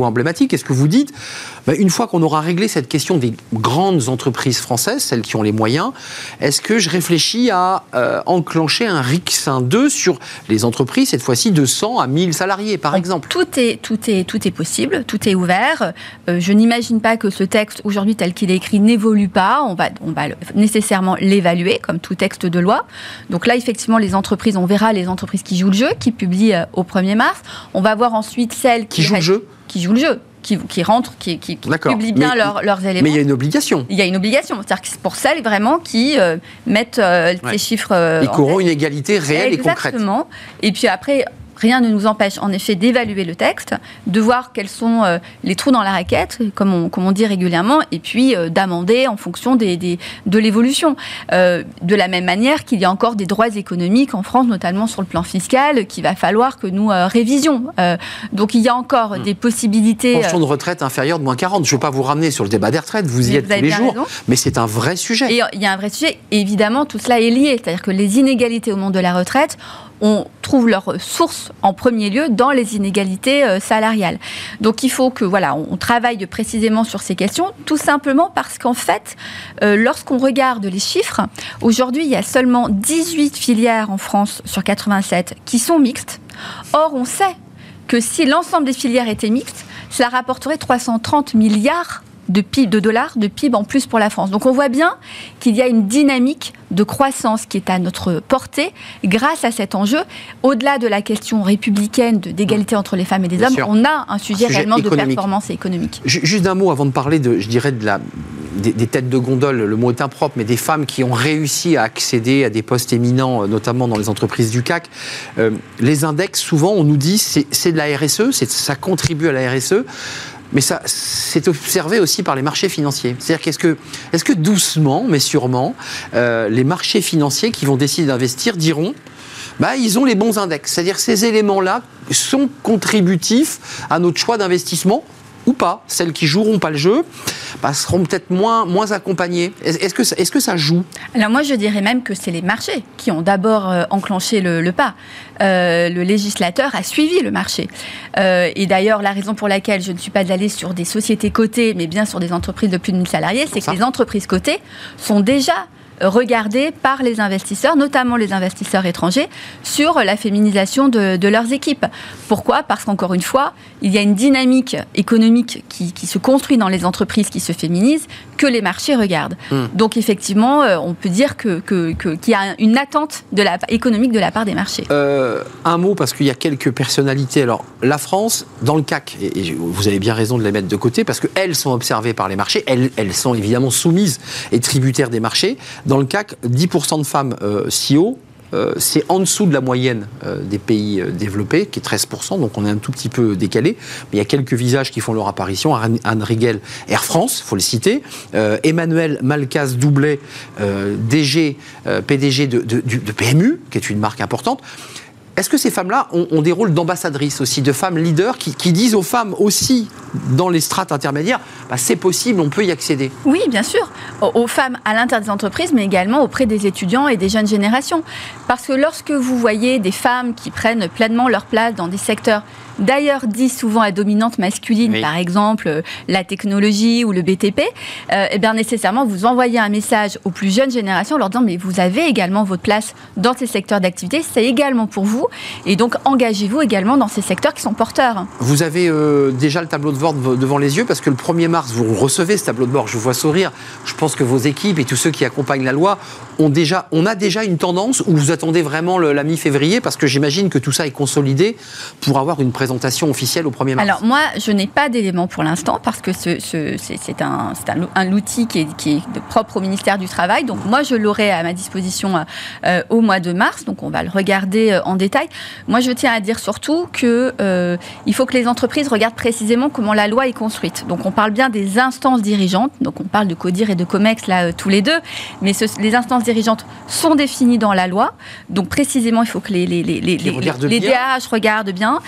lois emblématiques. Est-ce que vous dites, bah, une fois qu'on aura réglé cette question des grandes entreprises françaises, celles qui ont les moyens, est-ce que je réfléchis à euh, enclencher un R I C S un deux sur les entreprises, cette fois-ci de cent à mille salariés, par exemple? Tout est, tout est, tout est possible, tout est ouvert. Euh, je n'imagine pas que ce texte, aujourd'hui tel qu'il est écrit, n'évolue pas. On va, on va nécessairement l'évaluer, comme tout texte de loi. Donc là, effectivement, les entreprises, on verra les entreprises qui jouent le jeu, qui publient euh, au premier mars. On va voir ensuite celles qui, qui jouent le jeu, qui jouent le jeu. Qui, qui rentrent, qui, qui, qui publient bien mais, leur, leurs éléments. Mais il y a une obligation. Il y a une obligation. C'est-à-dire que c'est pour celles vraiment qui euh, mettent euh, ouais. ces chiffres... Euh, et qui auront une égalité réelle Exactement. et concrète. Exactement. Et puis après... Rien ne nous empêche en effet d'évaluer le texte, de voir quels sont euh, les trous dans la raquette, comme on, comme on dit régulièrement, et puis euh, d'amender en fonction des, des, de l'évolution. Euh, de la même manière qu'il y a encore des droits économiques en France, notamment sur le plan fiscal, qu'il va falloir que nous euh, révisions. Euh, donc il y a encore mmh. des possibilités... Pension de retraite inférieure de moins quarante. Je ne vais pas vous ramener sur le débat des retraites, vous y Mais êtes vous tous les jours, raison. Mais c'est un vrai sujet. Et il y a un vrai sujet, et évidemment tout cela est lié, c'est-à-dire que les inégalités au monde de la retraite, on trouve leur source en premier lieu dans les inégalités euh, salariales. Donc il faut que voilà, on, on travaille précisément sur ces questions, tout simplement parce qu'en fait, euh, lorsqu'on regarde les chiffres, aujourd'hui il y a seulement dix-huit filières en France sur quatre-vingt-sept qui sont mixtes. Or on sait que si l'ensemble des filières étaient mixtes, cela rapporterait trois cent trente milliards de P I B, de dollars de P I B en plus pour la France. Donc on voit bien qu'il y a une dynamique de croissance qui est à notre portée grâce à cet enjeu. Au-delà de la question républicaine de, d'égalité entre les femmes et les Bien hommes, sûr. on a un sujet, un sujet réellement économique. de performance économique. Juste d'un mot avant de parler de, je dirais, de la, des, des têtes de gondole, le mot est impropre, mais des femmes qui ont réussi à accéder à des postes éminents, notamment dans les entreprises du C A C. Euh, les index, souvent, on nous dit c'est, c'est de la R S E, c'est, ça contribue à la R S E. Mais ça, c'est observé aussi par les marchés financiers. C'est-à-dire qu'est-ce que, est-ce que doucement, mais sûrement, euh, les marchés financiers qui vont décider d'investir diront, bah, ils ont les bons index. C'est-à-dire que ces éléments-là sont contributifs à notre choix d'investissement ou pas. Celles qui joueront pas le jeu bah, seront peut-être moins, moins accompagnées. Est-ce que, est-ce que ça joue ? Alors moi, je dirais même que c'est les marchés qui ont d'abord euh, enclenché le, le pas. Euh, le législateur a suivi le marché. Euh, et d'ailleurs, la raison pour laquelle je ne suis pas allée sur des sociétés cotées, mais bien sur des entreprises de plus de mille salariés, c'est que les entreprises cotées sont déjà regardées par les investisseurs, notamment les investisseurs étrangers, sur la féminisation de, de leurs équipes. Pourquoi ? Parce qu'encore une fois, il y a une dynamique économique qui, qui se construit dans les entreprises qui se féminisent, que les marchés regardent. Mmh. Donc effectivement, euh, on peut dire que, que, que, qu'il y a une attente de la, économique de la part des marchés. Euh, un mot, parce qu'il y a quelques personnalités. Alors, la France, dans le C A C, et, et vous avez bien raison de les mettre de côté, parce qu'elles sont observées par les marchés, elles, elles sont évidemment soumises et tributaires des marchés. Dans le C A C, dix pour cent de femmes euh, C E O, euh, c'est en dessous de la moyenne euh, des pays euh, développés, qui est treize pour cent, donc on est un tout petit peu décalé. Mais il y a quelques visages qui font leur apparition. Anne Riegel, Air France, il faut le citer. Euh, Emmanuel Malcaz-Doublet, euh, D G, euh, P D G de, de, de P M U, qui est une marque importante. Est-ce que ces femmes-là ont, ont des rôles d'ambassadrices aussi, de femmes leaders qui, qui disent aux femmes aussi, dans les strates intermédiaires, bah, c'est possible, on peut y accéder ? Oui, bien sûr, aux, aux femmes à l'intérieur des entreprises, mais également auprès des étudiants et des jeunes générations. Parce que lorsque vous voyez des femmes qui prennent pleinement leur place dans des secteurs d'ailleurs dit souvent à dominante masculine, oui. par exemple euh, la technologie ou le B T P, euh, et bien nécessairement vous envoyez un message aux plus jeunes générations en leur disant mais vous avez également votre place dans ces secteurs d'activité, c'est également pour vous, et donc engagez-vous également dans ces secteurs qui sont porteurs. Vous avez euh, déjà le tableau de bord devant les yeux, parce que le premier mars vous recevez ce tableau de bord, je vous vois sourire, je pense que vos équipes et tous ceux qui accompagnent la loi ont déjà, on a déjà une tendance, ou vous attendez vraiment le, la mi-février, parce que j'imagine que tout ça est consolidé pour avoir une présentation officielle au premier mars. Alors moi, je n'ai pas d'éléments pour l'instant, parce que ce, ce, c'est, c'est, un, c'est un, un outil qui est, qui est propre au ministère du Travail, donc moi je l'aurai à ma disposition euh, au mois de mars, donc on va le regarder euh, en détail. Moi je tiens à dire surtout qu'il euh, faut que les entreprises regardent précisément comment la loi est construite. Donc on parle bien des instances dirigeantes, donc on parle de CODIR et de COMEX là euh, tous les deux, mais ce, les instances dirigeantes sont définies dans la loi, donc précisément il faut que les, les, les, les, les, les D A H regardent bien, et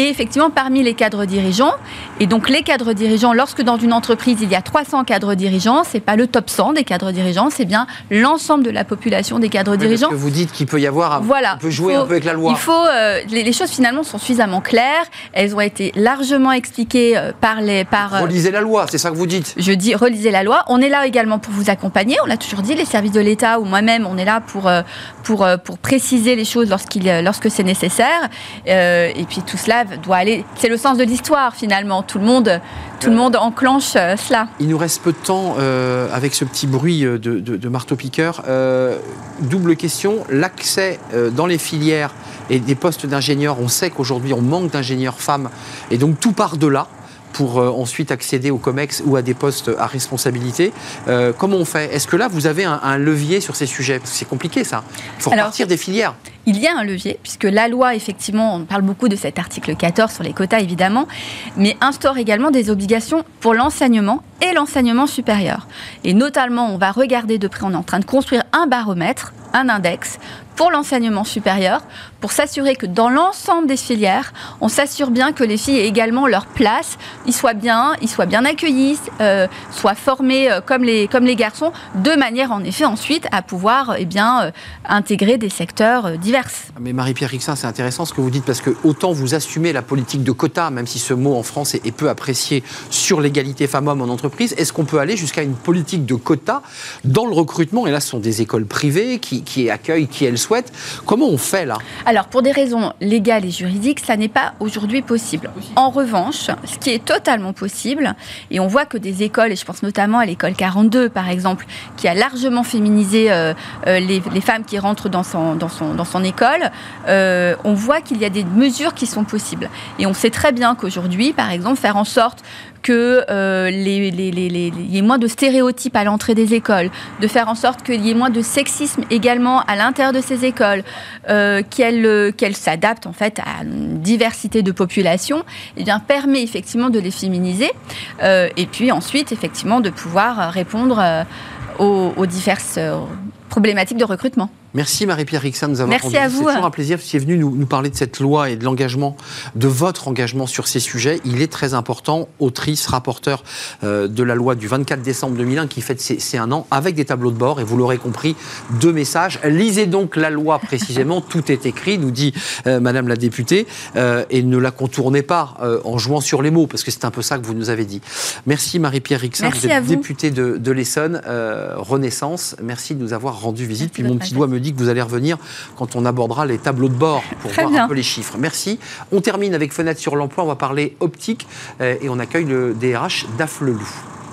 Et effectivement, parmi les cadres dirigeants, et donc les cadres dirigeants, lorsque dans une entreprise, il y a trois cents cadres dirigeants, c'est pas le top cent des cadres dirigeants, c'est bien l'ensemble de la population des cadres Mais dirigeants. Parce que vous dites qu'il peut y avoir, voilà, on peut jouer faut, un peu avec la loi. Il faut, euh, les, les choses finalement sont suffisamment claires, elles ont été largement expliquées euh, par les... Par, euh, Relisez la loi, c'est ça que vous dites. Je dis, relisez la loi. On est là également pour vous accompagner, on l'a toujours dit, les services de l'État ou moi-même, on est là pour, euh, pour, euh, pour préciser les choses lorsqu'il, lorsque c'est nécessaire. Euh, et puis tout cela doit aller... C'est le sens de l'histoire finalement, tout le monde, tout le monde enclenche euh, cela. Il nous reste peu de temps euh, avec ce petit bruit de, de, de marteau-piqueur. Euh, double question, l'accès euh, dans les filières et des postes d'ingénieurs, on sait qu'aujourd'hui on manque d'ingénieurs femmes et donc tout part de là pour euh, ensuite accéder au COMEX ou à des postes à responsabilité. Euh, comment on fait ? Est-ce que là vous avez un, un levier sur ces sujets ? Parce que c'est compliqué ça. Il faut repartir des filières. Il y a un levier, puisque la loi, effectivement, on parle beaucoup de cet article quatorze sur les quotas, évidemment, mais instaure également des obligations pour l'enseignement et l'enseignement supérieur. Et notamment, on va regarder de près, on est en train de construire un baromètre, un index, pour l'enseignement supérieur, pour s'assurer que dans l'ensemble des filières, on s'assure bien que les filles aient également leur place, ils soient bien, ils soient bien accueillis, euh, soient formés euh, comme, les, comme les garçons, de manière, en effet, ensuite, à pouvoir eh bien, euh, intégrer des secteurs euh, divers. Mais Marie-Pierre Rixain, c'est intéressant ce que vous dites, parce que autant vous assumez la politique de quotas, même si ce mot en France est, est peu apprécié, sur l'égalité femmes-hommes en entreprise, est-ce qu'on peut aller jusqu'à une politique de quotas dans le recrutement ? Et là, ce sont des écoles privées qui, qui accueillent qui elles souhaitent. Comment on fait là ? Alors, pour des raisons légales et juridiques, ça n'est pas aujourd'hui possible. En revanche, ce qui est totalement possible, et on voit que des écoles, et je pense notamment à l'école quarante-deux, par exemple, qui a largement féminisé euh, euh, les, les femmes qui rentrent dans son, dans son, dans son école, euh, on voit qu'il y a des mesures qui sont possibles. Et on sait très bien qu'aujourd'hui, par exemple, faire en sorte que euh, les, les, les, les, il y ait moins de stéréotypes à l'entrée des écoles, de faire en sorte qu'il y ait moins de sexisme également à l'intérieur de ces écoles, euh, qu'elles, qu'elles s'adaptent en fait à une diversité de population, eh bien, permet effectivement de les féminiser euh, et puis ensuite effectivement de pouvoir répondre euh, aux, aux diverses euh, problématiques de recrutement. Merci Marie-Pierre Rixain de nous avoir Merci rendu. à vous. C'est toujours un plaisir que vous soyez venu nous, nous parler de cette loi et de l'engagement, de votre engagement sur ces sujets. Il est très important, autrice, rapporteur euh, de la loi du vingt-quatre décembre deux mille un qui fête ses, ses un an, avec des tableaux de bord, et vous l'aurez compris, deux messages. Lisez donc la loi précisément, tout est écrit, nous dit euh, Madame la députée, euh, et ne la contournez pas euh, en jouant sur les mots, parce que c'est un peu ça que vous nous avez dit. Merci Marie-Pierre Rixain, Merci vous êtes vous. députée de, de l'Essonne, euh, Renaissance. Merci de nous avoir rendu visite. Merci Puis mon petit doigt me dit que vous allez revenir quand on abordera les tableaux de bord pour Très voir bien. un peu les chiffres. Merci. On termine avec Fenêtre sur l'emploi. On va parler optique euh, et on accueille le D R H d'Afflelou.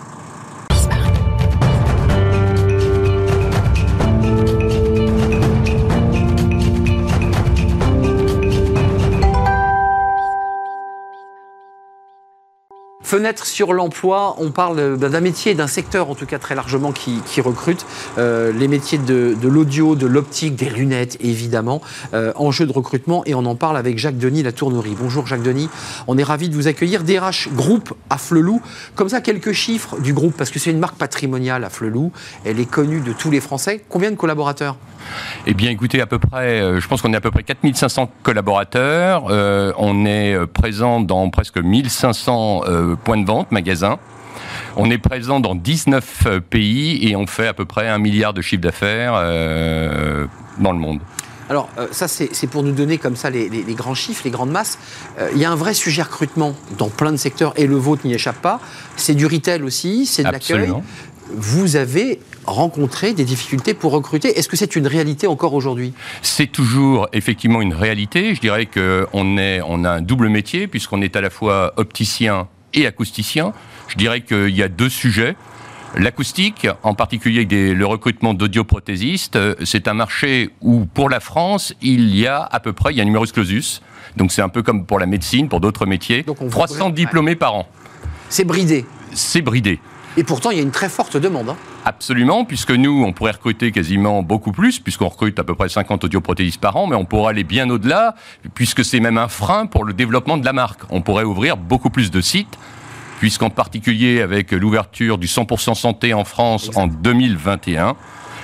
Fenêtre sur l'emploi, on parle d'un métier, d'un secteur en tout cas très largement qui, qui recrute. Euh, les métiers de, de l'audio, de l'optique, des lunettes évidemment, euh, enjeu de recrutement, et on en parle avec Jacques Denis La Tournerie. Bonjour Jacques Denis, on est ravi de vous accueillir. D R H Groupe Afflelou, comme ça quelques chiffres du groupe, parce que c'est une marque patrimoniale Afflelou, elle est connue de tous les Français. Combien de collaborateurs ? Eh bien, écoutez, à peu près, euh, je pense qu'on est à peu près quatre mille cinq cents collaborateurs. Euh, on est présent dans presque mille cinq cents euh, points de vente, magasins. On est présent dans dix-neuf pays et on fait à peu près un milliard de chiffre d'affaires euh, dans le monde. Alors, euh, ça, c'est, c'est pour nous donner comme ça les, les, les grands chiffres, les grandes masses. Euh, il y a un vrai sujet recrutement dans plein de secteurs, et le vôtre n'y échappe pas. C'est du retail aussi, c'est de Absolument. l'accueil. Vous avez rencontré des difficultés pour recruter. Est-ce que c'est une réalité encore aujourd'hui ? C'est toujours effectivement une réalité. Je dirais qu'on est, on a un double métier, puisqu'on est à la fois opticien et acousticien. Je dirais qu'il y a deux sujets. L'acoustique, en particulier des, le recrutement d'audioprothésistes, c'est un marché où, pour la France, il y a à peu près, il y a un numerus clausus. Donc c'est un peu comme pour la médecine, pour d'autres métiers. Donc on trois cents voudrait... diplômés ouais. par an. C'est bridé. C'est bridé. Et pourtant, il y a une très forte demande. Hein. Absolument, puisque nous, on pourrait recruter quasiment beaucoup plus, puisqu'on recrute à peu près cinquante audioprothésistes par an, mais on pourrait aller bien au-delà, puisque c'est même un frein pour le développement de la marque. On pourrait ouvrir beaucoup plus de sites, puisqu'en particulier avec l'ouverture du cent pour cent santé en France exact. En deux mille vingt et un,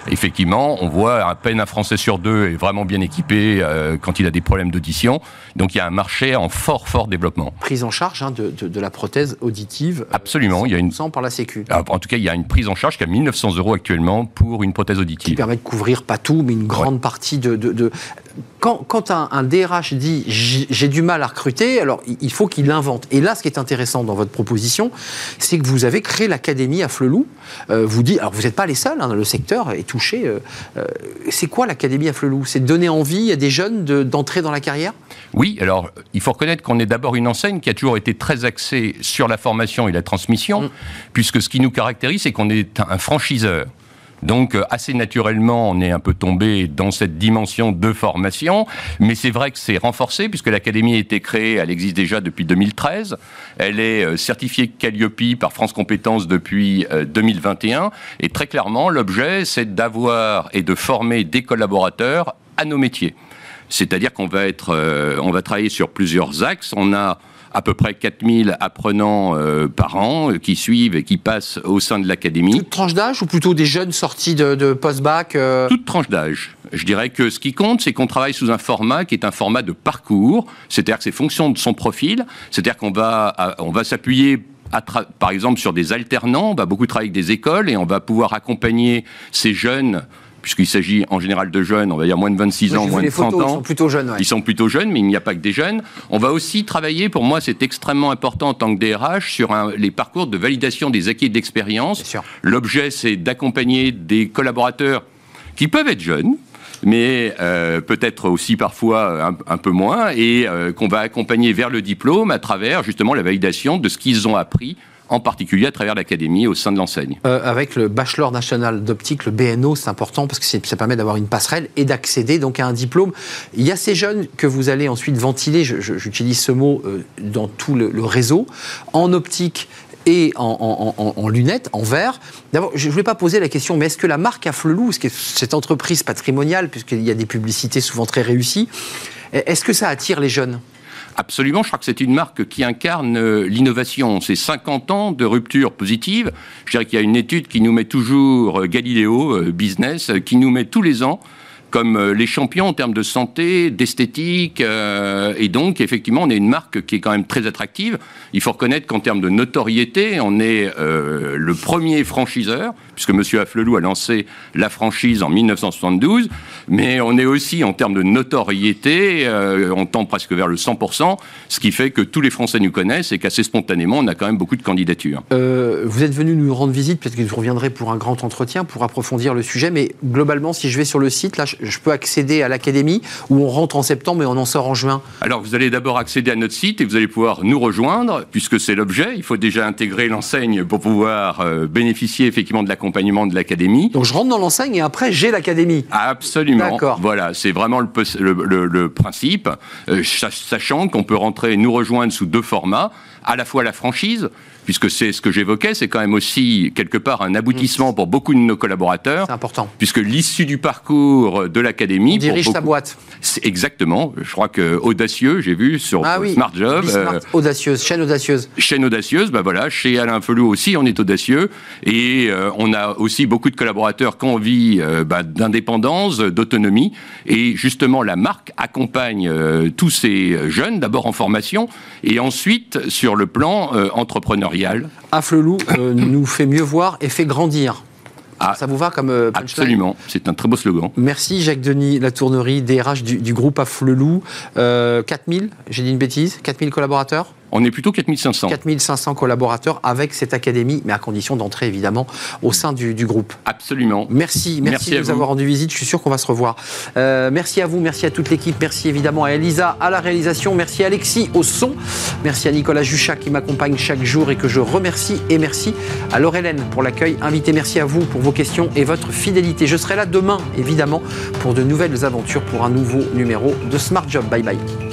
effectivement, on voit à peine un Français sur deux est vraiment bien équipé euh, quand il a des problèmes d'audition. Donc il y a un marché en fort, fort développement. Prise en charge hein, de, de, de la prothèse auditive. Absolument. Il y a une par la Sécu. Alors, en tout cas, il y a une prise en charge qui a mille neuf cents euros actuellement pour une prothèse auditive. Qui permet de couvrir pas tout, mais une grande ouais. partie de... de, de... Quand, quand un, un D R H dit j'ai du mal à recruter, alors il faut qu'il l'invente. Et là, ce qui est intéressant dans votre proposition, c'est que vous avez créé l'académie à Flelou. Euh, vous dites, alors vous n'êtes pas les seuls, hein, le secteur est touché. Euh, euh, c'est quoi l'académie à Flelou? C'est donner envie à des jeunes de, d'entrer dans la carrière? Oui, alors il faut reconnaître qu'on est d'abord une enseigne qui a toujours été très axée sur la formation et la transmission, mmh. puisque ce qui nous caractérise, c'est qu'on est un franchiseur. Donc, assez naturellement, on est un peu tombé dans cette dimension de formation, mais c'est vrai que c'est renforcé, puisque l'Académie a été créée, elle existe déjà depuis deux mille treize, elle est certifiée Calliope par France Compétences depuis deux mille vingt et un, et très clairement, l'objet, c'est d'avoir et de former des collaborateurs à nos métiers. C'est-à-dire qu'on va être, euh, on va travailler sur plusieurs axes, on a à peu près quatre mille apprenants euh, par an euh, qui suivent et qui passent au sein de l'académie. Toute tranche d'âge ou plutôt des jeunes sortis de, de post-bac euh... Toute tranche d'âge. Je dirais que ce qui compte, c'est qu'on travaille sous un format qui est un format de parcours, c'est-à-dire que c'est fonction de son profil, c'est-à-dire qu'on va, on va s'appuyer tra- par exemple sur des alternants, on va beaucoup travailler avec des écoles et on va pouvoir accompagner ces jeunes, puisqu'il s'agit en général de jeunes, on va dire moins de vingt-six oui, ans, moins de trente photos, ans. Ils sont plutôt jeunes. Ouais. Ils sont plutôt jeunes, mais il n'y a pas que des jeunes. On va aussi travailler, pour moi c'est extrêmement important en tant que D R H, sur un, les parcours de validation des acquis d'expérience. L'objet, c'est d'accompagner des collaborateurs qui peuvent être jeunes, mais euh, peut-être aussi parfois un, un peu moins, et euh, qu'on va accompagner vers le diplôme à travers justement la validation de ce qu'ils ont appris, en particulier à travers l'académie au sein de l'enseigne. Euh, avec le Bachelor National d'Optique, le B N O, c'est important parce que c'est, ça permet d'avoir une passerelle et d'accéder donc à un diplôme. Il y a ces jeunes que vous allez ensuite ventiler, je, je, j'utilise ce mot, euh, dans tout le, le réseau, en optique et en, en, en, en lunettes, en verre. D'abord, je ne voulais pas poser la question, mais est-ce que la marque à Flelou, cette entreprise patrimoniale, puisqu'il y a des publicités souvent très réussies, est-ce que ça attire les jeunes ? Absolument, je crois que c'est une marque qui incarne l'innovation. C'est cinquante ans de rupture positive. Je dirais qu'il y a une étude qui nous met toujours, Galileo Business, qui nous met tous les ans comme les champions en termes de santé, d'esthétique, euh, et donc effectivement on est une marque qui est quand même très attractive. Il faut reconnaître qu'en termes de notoriété, on est euh, le premier franchiseur, puisque Monsieur Afflelou a lancé la franchise en mille neuf cent soixante-douze, mais on est aussi en termes de notoriété, euh, on tend presque vers le cent pour cent, ce qui fait que tous les Français nous connaissent et qu'assez spontanément on a quand même beaucoup de candidatures. Euh, vous êtes venu nous rendre visite, peut-être que vous reviendrez pour un grand entretien, pour approfondir le sujet, mais globalement si je vais sur le site, là je peux accéder à l'académie où on rentre en septembre et on en sort en juin. Alors vous allez d'abord accéder à notre site et vous allez pouvoir nous rejoindre puisque c'est l'objet. Il faut déjà intégrer l'enseigne pour pouvoir euh, bénéficier effectivement de l'accompagnement de l'académie. Donc je rentre dans l'enseigne et après j'ai l'académie. Absolument. D'accord. Voilà, c'est vraiment le, le, le, le principe, euh, sachant qu'on peut rentrer et nous rejoindre sous deux formats, à la fois la franchise, puisque c'est ce que j'évoquais, c'est quand même aussi quelque part un aboutissement pour beaucoup de nos collaborateurs. C'est important. Puisque l'issue du parcours de l'académie... On dirige beaucoup, sa boîte. C'est exactement. Je crois que Audacieux, j'ai vu sur ah oui, Smart Job. Smart, euh, audacieuse, chaîne audacieuse. Chaîne audacieuse, bah voilà, chez Alain Afflelou aussi, on est audacieux. Et euh, on a aussi beaucoup de collaborateurs qui ont envie euh, bah, d'indépendance, d'autonomie. Et justement, la marque accompagne euh, tous ces jeunes, d'abord en formation, et ensuite sur le plan euh, entrepreneurial. Afflelou euh, nous fait mieux voir et fait grandir. Ah, ça vous va comme euh, punchline ? Absolument, c'est un très beau slogan. Merci Jacques-Denis Latournerie, D R H du, du groupe Afflelou. Euh, quatre mille, j'ai dit une bêtise, quatre mille collaborateurs ? On est plutôt quatre mille cinq cents. quatre mille cinq cents collaborateurs avec cette académie, mais à condition d'entrer évidemment au sein du, du groupe. Absolument. Merci, merci, merci de nous avoir rendu visite. Je suis sûr qu'on va se revoir. Euh, merci à vous, merci à toute l'équipe, merci évidemment à Elisa à la réalisation, merci à Alexis au son, merci à Nicolas Juchat qui m'accompagne chaque jour et que je remercie, et merci à Laure-Hélène pour l'accueil invité. Merci à vous pour vos questions et votre fidélité. Je serai là demain évidemment pour de nouvelles aventures, pour un nouveau numéro de Smart Job. Bye bye.